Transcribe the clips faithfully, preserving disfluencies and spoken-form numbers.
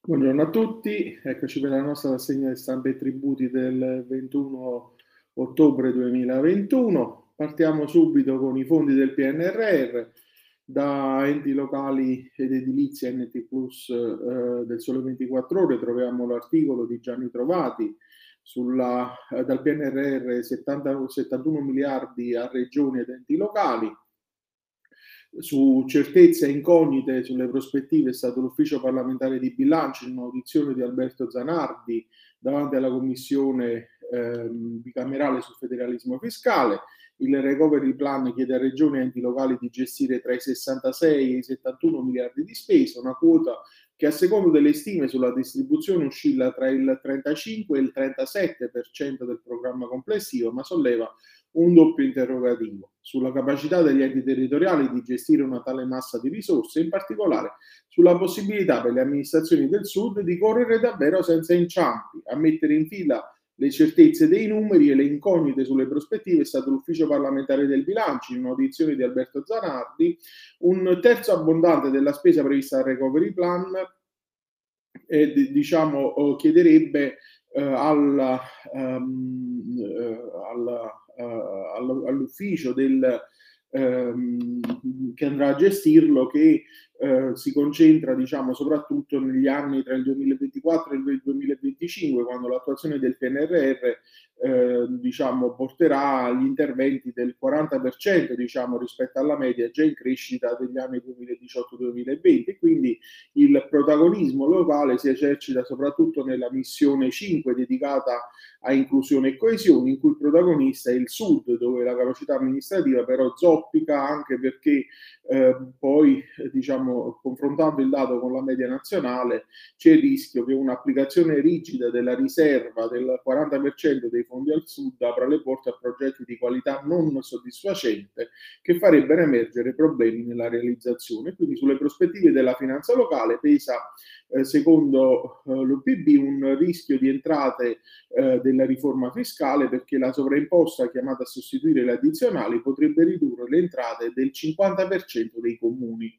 Buongiorno a tutti, eccoci per la nostra rassegna di stampa e tributi del ventuno ottobre duemilaventuno. Partiamo subito con i fondi del P N R R, da enti locali ed edilizia N T Plus eh, del Sole ventiquattro Ore troviamo l'articolo di Gianni Trovati sulla, eh, dal P N R R settanta, settantuno miliardi a regioni ed enti locali. Su certezze e incognite sulle prospettive è stato l'ufficio parlamentare di bilancio in un'audizione di Alberto Zanardi davanti alla commissione ehm, bicamerale sul federalismo fiscale. Il recovery plan chiede a regioni e enti locali di gestire tra i sessantasei e i settantuno miliardi di spesa, una quota che a secondo delle stime sulla distribuzione oscilla tra il trentacinque e il trentasette per cento del programma complessivo, ma solleva un doppio interrogativo sulla capacità degli enti territoriali di gestire una tale massa di risorse, in particolare sulla possibilità per le amministrazioni del Sud di correre davvero senza inciampi. A mettere in fila le certezze dei numeri e le incognite sulle prospettive è stato l'ufficio parlamentare del bilancio in un'audizione di Alberto Zanardi. Un terzo abbondante della spesa prevista dal recovery plan eh, diciamo chiederebbe eh, alla, um, eh, alla Uh, all'ufficio del, um, che andrà a gestirlo, che uh, si concentra diciamo soprattutto negli anni tra il duemilaventiquattro e il duemilaventicinque, quando l'attuazione del P N R R uh, diciamo porterà agli interventi del quaranta per cento diciamo rispetto alla media già in crescita degli anni duemiladiciotto duemilaventi, e quindi il protagonismo locale si esercita soprattutto nella missione cinque dedicata a inclusione e coesione, in cui il protagonista è il Sud, dove la capacità amministrativa però zoppica, anche perché eh, poi diciamo confrontando il dato con la media nazionale c'è il rischio che un'applicazione rigida della riserva del quaranta per cento dei fondi al Sud apra le porte a progetti di qualità non soddisfacente che farebbero emergere problemi nella realizzazione. Quindi sulle prospettive della finanza locale pesa eh, secondo eh, l'O P B un rischio di entrate eh, della riforma fiscale, perché la sovraimposta chiamata a sostituire le addizionali potrebbe ridurre le entrate del cinquanta per cento dei comuni.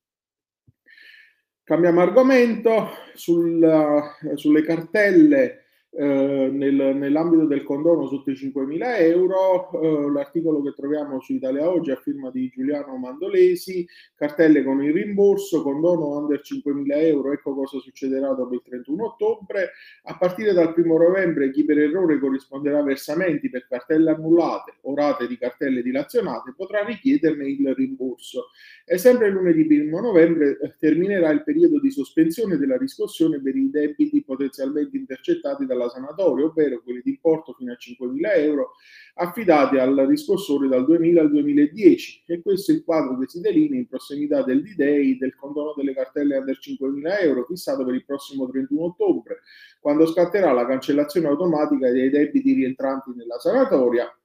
Cambiamo argomento, sul, sulle cartelle eh, nel, nell'ambito del condono sotto i cinquemila euro, eh, l'articolo che troviamo su Italia Oggi a firma di Giuliano Mandolesi, cartelle con il rimborso, condono under cinquemila euro, ecco cosa succederà dopo il trentuno ottobre. A partire dal primo novembre chi per errore corrisponderà a versamenti per cartelle annullate o rate di cartelle dilazionate potrà richiederne il rimborso. E sempre lunedì primo novembre eh, terminerà il periodo di sospensione della riscossione per i debiti potenzialmente intercettati dalla sanatoria, ovvero quelli di importo fino a cinquemila euro affidati al riscossore dal duemila al duemiladieci. E questo è il quadro che si delinea in prossimità del D-Day del condono delle cartelle under cinquemila euro, fissato per il prossimo trentuno ottobre, quando scatterà la cancellazione automatica dei debiti rientranti nella sanatoria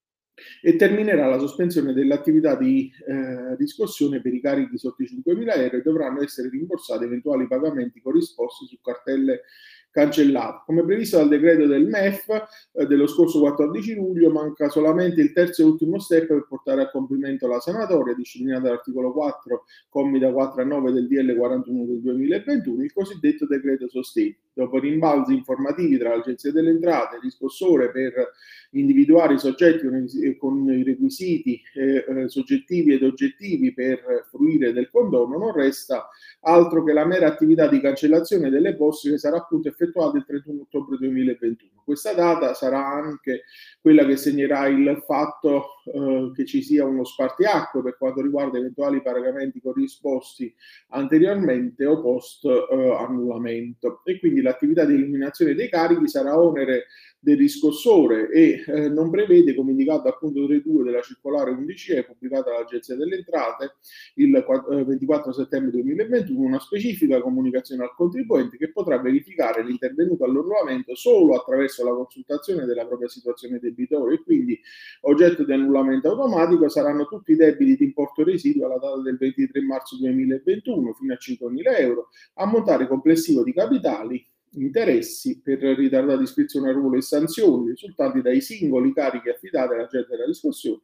e terminerà la sospensione dell'attività di eh, riscossione per i carichi sotto i cinquemila euro e dovranno essere rimborsati eventuali pagamenti corrisposti su cartelle cancellate. Come previsto dal decreto del M E F eh, dello scorso quattordici luglio, manca solamente il terzo e ultimo step per portare a compimento la sanatoria, disciplinata dall'articolo quattro, commi da quattro a nove del D L quarantuno del duemilaventuno, il cosiddetto decreto sostegno. Dopo rimbalzi informativi tra l'Agenzia delle Entrate e il riscossore per individuare i soggetti con i requisiti eh, soggettivi ed oggettivi per fruire del condono, non resta altro che la mera attività di cancellazione delle poste, che sarà appunto effettuata il trentuno ottobre duemilaventuno. Questa data sarà anche quella che segnerà il fatto eh, che ci sia uno spartiacque per quanto riguarda eventuali pagamenti corrisposti anteriormente o post eh, annullamento, e quindi l'attività di eliminazione dei carichi sarà onere del riscossore e eh, non prevede, come indicato dal punto tre due della circolare undici E pubblicata dall'Agenzia delle Entrate il eh, ventiquattro settembre duemilaventuno, una specifica comunicazione al contribuente che potrà verificare l'intervenuto all'annullamento solo attraverso la consultazione della propria situazione debitoria, e quindi oggetto di annullamento automatico saranno tutti i debiti di importo residuo alla data del ventitré marzo duemilaventuno fino a cinquemila euro, ammontare complessivo di capitali, interessi per ritardata iscrizione a ruolo e sanzioni risultanti dai singoli carichi affidati all'agente della riscossione,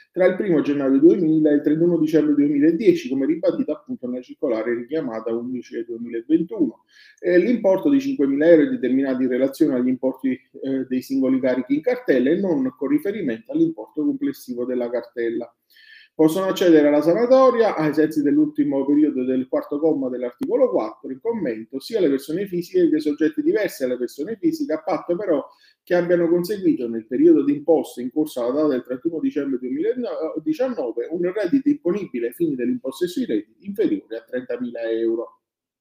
tra il primo gennaio duemila e il trentuno dicembre duemiladieci, come ribadito appunto nella circolare richiamata undici duemilaventuno. Eh, l'importo di cinquemila euro è determinato in relazione agli importi eh, dei singoli carichi in cartella e non con riferimento all'importo complessivo della cartella. Possono accedere alla sanatoria, ai sensi dell'ultimo periodo del quarto comma dell'articolo quattro, in commento, sia le persone fisiche che i soggetti diversi alle persone fisiche, a patto però che abbiano conseguito nel periodo di imposta in corso alla data del trentuno dicembre duemiladiciannove un reddito imponibile ai fini dell'imposta sui redditi inferiore a trentamila euro.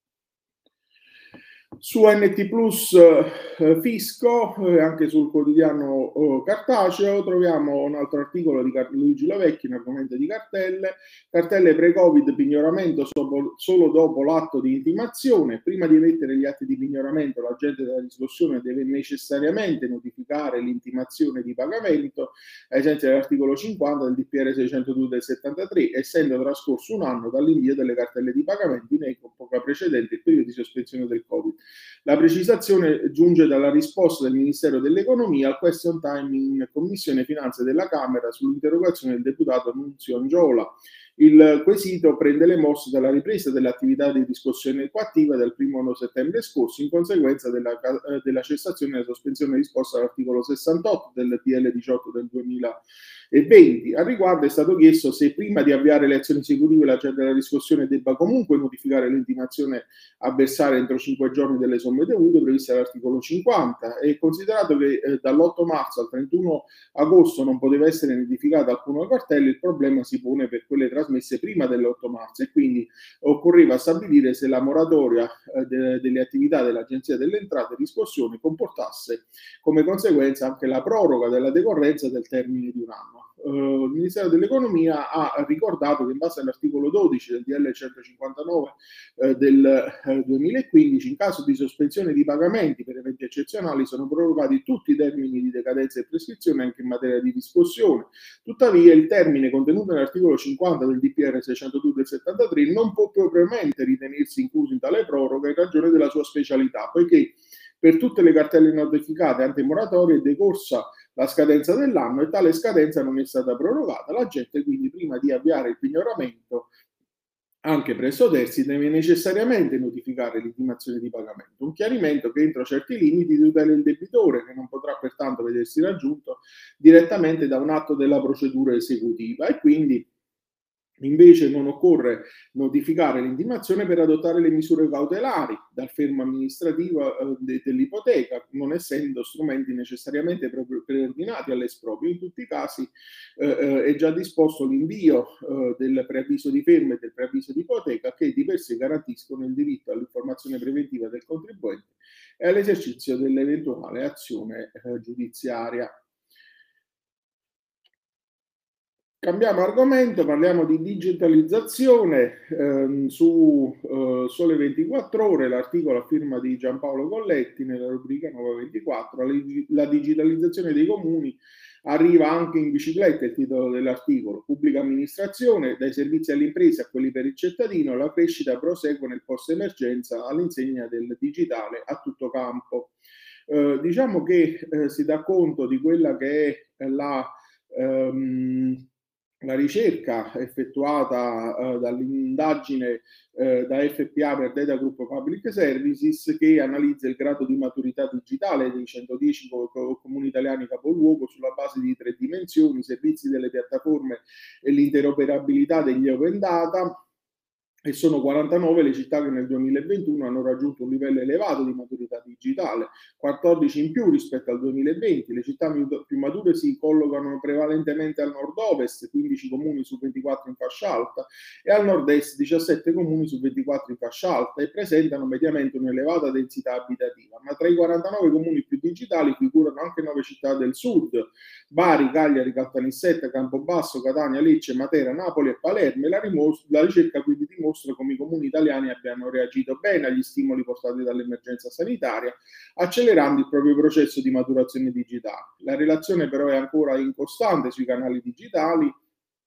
Su N T Plus eh, Fisco, eh, anche sul quotidiano eh, cartaceo, troviamo un altro articolo di Luigi Lavecchi in argomento di cartelle. Cartelle pre-Covid, pignoramento solo, solo dopo l'atto di intimazione. Prima di emettere gli atti di pignoramento, l'agente della riscossione deve necessariamente notificare l'intimazione di pagamento, ai sensi dell'articolo cinquanta del D P R seicentodue del settantatré, essendo trascorso un anno dall'invio delle cartelle di pagamento in epoca precedente il periodo di sospensione del Covid. La precisazione giunge dalla risposta del Ministero dell'Economia al question time in Commissione Finanze della Camera sull'interrogazione del deputato Nunzio Angiola. Il quesito prende le mosse dalla ripresa dell'attività di riscossione coattiva dal primo settembre scorso in conseguenza della, della cessazione e della sospensione disposta dall'articolo sessantotto del D L diciotto del duemilaventi. Al riguardo è stato chiesto se prima di avviare le azioni esecutive l'agente della riscossione debba comunque notificare l'intimazione a versare entro cinque giorni delle somme dovute previste dall'articolo cinquanta, e considerato che eh, dall'otto marzo al trentuno agosto non poteva essere notificata alcuna cartella, il problema si pone per quelle trasmesse prima dell'otto marzo e quindi occorreva stabilire se la moratoria eh, de- delle attività dell'Agenzia delle Entrate e riscossione comportasse come conseguenza anche la proroga della decorrenza del termine di un anno. Uh, il Ministero dell'Economia ha ricordato che in base all'articolo dodici del D L centocinquantanove eh, del eh, duemilaquindici, in caso di sospensione di pagamenti per eventi eccezionali sono prorogati tutti i termini di decadenza e prescrizione anche in materia di riscossione. Tuttavia il termine contenuto nell'articolo cinquanta del D P R seicentodue del settantatré non può propriamente ritenersi incluso in tale proroga in ragione della sua specialità, poiché per tutte le cartelle notificate antemoratorie è decorsa la scadenza dell'anno e tale scadenza non è stata prorogata. L'agente quindi prima di avviare il pignoramento anche presso terzi deve necessariamente notificare l'intimazione di pagamento, un chiarimento che entro certi limiti tutela il debitore, che non potrà pertanto vedersi raggiunto direttamente da un atto della procedura esecutiva, e quindi invece non occorre notificare l'intimazione per adottare le misure cautelari dal fermo amministrativo eh, de- dell'ipoteca, non essendo strumenti necessariamente proprio preordinati all'esproprio. In tutti i casi eh, eh, è già disposto l'invio eh, del preavviso di fermo e del preavviso di ipoteca, che di per sé garantiscono il diritto all'informazione preventiva del contribuente e all'esercizio dell'eventuale azione eh, giudiziaria. Cambiamo argomento, parliamo di digitalizzazione. Ehm, su eh, Sole ventiquattro Ore, l'articolo a firma di Giampaolo Colletti nella rubrica Nuova ventiquattro, la, la digitalizzazione dei comuni arriva anche in bicicletta, il titolo dell'articolo. Pubblica amministrazione, dai servizi alle imprese a quelli per il cittadino, la crescita prosegue nel post-emergenza all'insegna del digitale a tutto campo. Eh, diciamo che eh, si dà conto di quella che è la... Um, la ricerca effettuata uh, dall'indagine uh, da F P A per Data Group Public Services, che analizza il grado di maturità digitale dei centodieci co- co- comuni italiani capoluogo sulla base di tre dimensioni: servizi delle piattaforme e l'interoperabilità degli open data. E sono quarantanove le città che nel duemilaventuno hanno raggiunto un livello elevato di maturità digitale, quattordici in più rispetto al duemilaventi. Le città più mature si collocano prevalentemente al nord-ovest, quindici comuni su ventiquattro in fascia alta, e al nord-est, diciassette comuni su ventiquattro in fascia alta, e presentano mediamente un'elevata densità abitativa. Ma tra i quarantanove comuni più digitali figurano anche nove città del sud: Bari, Cagliari, Caltanissetta, Campobasso, Catania, Lecce, Matera, Napoli e Palermo. E la, rimos- la ricerca quindi dimostra come i comuni italiani abbiano reagito bene agli stimoli portati dall'emergenza sanitaria, accelerando il proprio processo di maturazione digitale. La relazione però è ancora incostante sui canali digitali,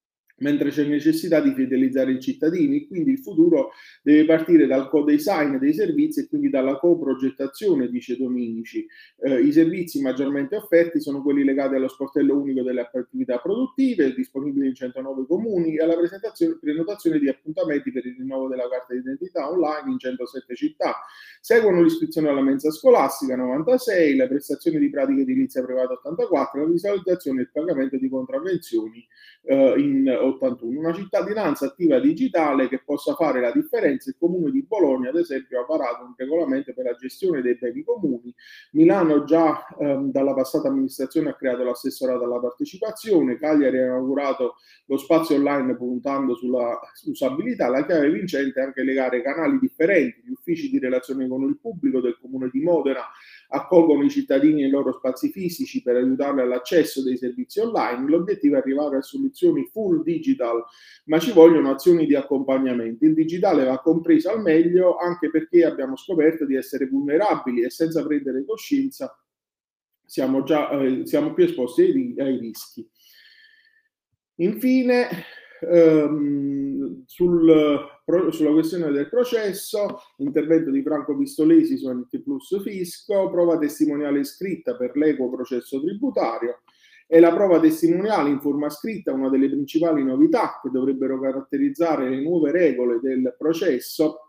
mentre c'è necessità di fidelizzare i cittadini. Quindi il futuro deve partire dal co-design dei servizi e quindi dalla coprogettazione, dice Dominici. Eh, I servizi maggiormente offerti sono quelli legati allo sportello unico delle attività produttive, disponibili in centonove comuni, e alla presentazione, prenotazione di appuntamenti per il rinnovo della carta d'identità online in centosette città. Seguono l'iscrizione alla mensa scolastica novantasei, la prestazione di pratica edilizia privata ottantaquattro, la visualizzazione e il pagamento di contravvenzioni eh, in ottantuno. Una cittadinanza attiva digitale che possa fare la differenza. Il Comune di Bologna, ad esempio, ha varato un regolamento per la gestione dei beni comuni. Milano già ehm, dalla passata amministrazione ha creato l'assessorato alla partecipazione. Cagliari ha inaugurato lo spazio online puntando sulla usabilità. La chiave vincente è anche legare canali differenti. Gli uffici di relazione con il pubblico del Comune di Modena accolgono i cittadini nei loro spazi fisici per aiutarli all'accesso dei servizi online. L'obiettivo è arrivare a soluzioni full digital, ma ci vogliono azioni di accompagnamento. Il digitale va compreso al meglio, anche perché abbiamo scoperto di essere vulnerabili e senza prendere coscienza siamo già eh, siamo più esposti ai, ai rischi. Infine, ehm, sul, pro, sulla questione del processo, intervento di Franco Pistolesi su Antiplus Fisco, prova testimoniale scritta per l'equo processo tributario. E la prova testimoniale in forma scritta, una delle principali novità che dovrebbero caratterizzare le nuove regole del processo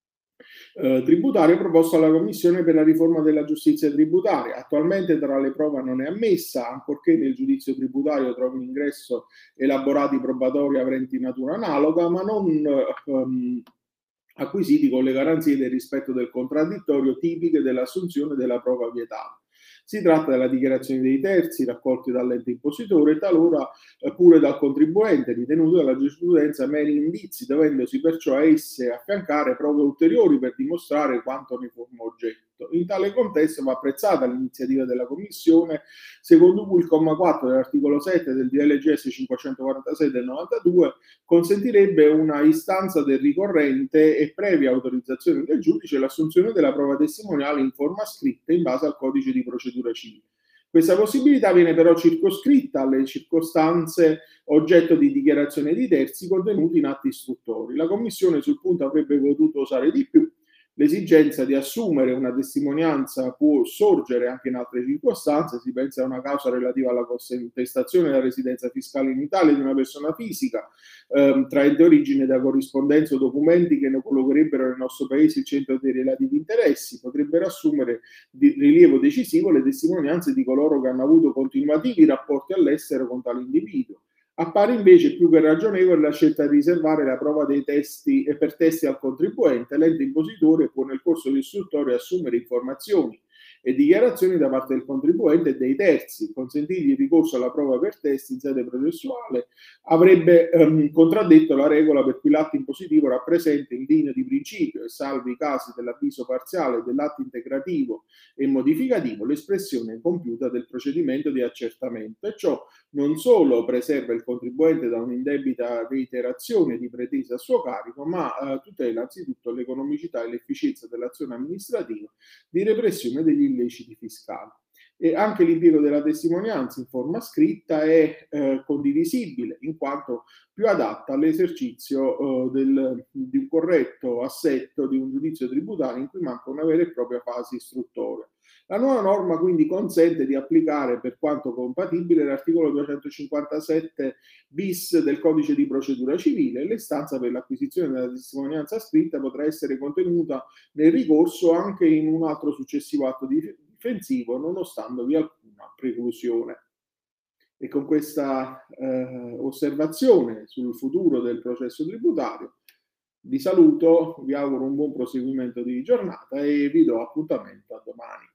Eh, tributario proposto alla Commissione per la riforma della giustizia tributaria. Attualmente tra le prove non è ammessa, ancorché nel giudizio tributario trovi in ingresso elaborati probatori aventi natura analoga, ma non ehm, acquisiti con le garanzie del rispetto del contraddittorio tipiche dell'assunzione della prova vietata. Si tratta della dichiarazione dei terzi raccolti dall'ente impositore, talora eh, pure dal contribuente, ritenuto dalla giurisprudenza meri indizi, dovendosi perciò a esse affiancare prove ulteriori per dimostrare quanto ne forma oggetto. In tale contesto va apprezzata l'iniziativa della Commissione, secondo cui il comma quattro dell'articolo sette del D L G S cinquecentoquarantasei del novantadue consentirebbe una istanza del ricorrente e previa autorizzazione del giudice l'assunzione della prova testimoniale in forma scritta in base al codice di procedura civile. Questa possibilità viene però circoscritta alle circostanze oggetto di dichiarazione di terzi contenuti in atti istruttori. La Commissione sul punto avrebbe potuto usare di più. L'esigenza di assumere una testimonianza può sorgere anche in altre circostanze, si pensa a una causa relativa alla contestazione della residenza fiscale in Italia di una persona fisica, ehm, traente origine da corrispondenza o documenti che ne collocherebbero nel nostro paese il centro dei relativi interessi. Potrebbero assumere di rilievo decisivo le testimonianze di coloro che hanno avuto continuativi rapporti all'estero con tale individuo. Appare invece più che ragionevole la scelta di riservare la prova dei testi e per testi al contribuente. L'ente impositore può nel corso dell'istruttorio assumere informazioni e dichiarazioni da parte del contribuente e dei terzi. Consentirgli il ricorso alla prova per testi in sede processuale avrebbe ehm, contraddetto la regola per cui l'atto impositivo rappresenta in linea di principio, e salvi i casi dell'avviso parziale, dell'atto integrativo e modificativo, l'espressione compiuta del procedimento di accertamento, e ciò non solo preserva il contribuente da un'indebita reiterazione di pretese a suo carico, ma eh, tutela anzitutto l'economicità e l'efficienza dell'azione amministrativa di repressione degli illeciti fiscali. E anche l'impiego della testimonianza in forma scritta è eh, condivisibile, in quanto più adatta all'esercizio eh, del, di un corretto assetto di un giudizio tributario in cui manca una vera e propria fase istruttoria. La nuova norma quindi consente di applicare, per quanto compatibile, l'articolo duecentocinquantasette bis del codice di procedura civile. L'istanza per l'acquisizione della testimonianza scritta potrà essere contenuta nel ricorso anche in un altro successivo atto difensivo, nonostante alcuna preclusione. E con questa eh, osservazione sul futuro del processo tributario vi saluto, vi auguro un buon proseguimento di giornata e vi do appuntamento a domani.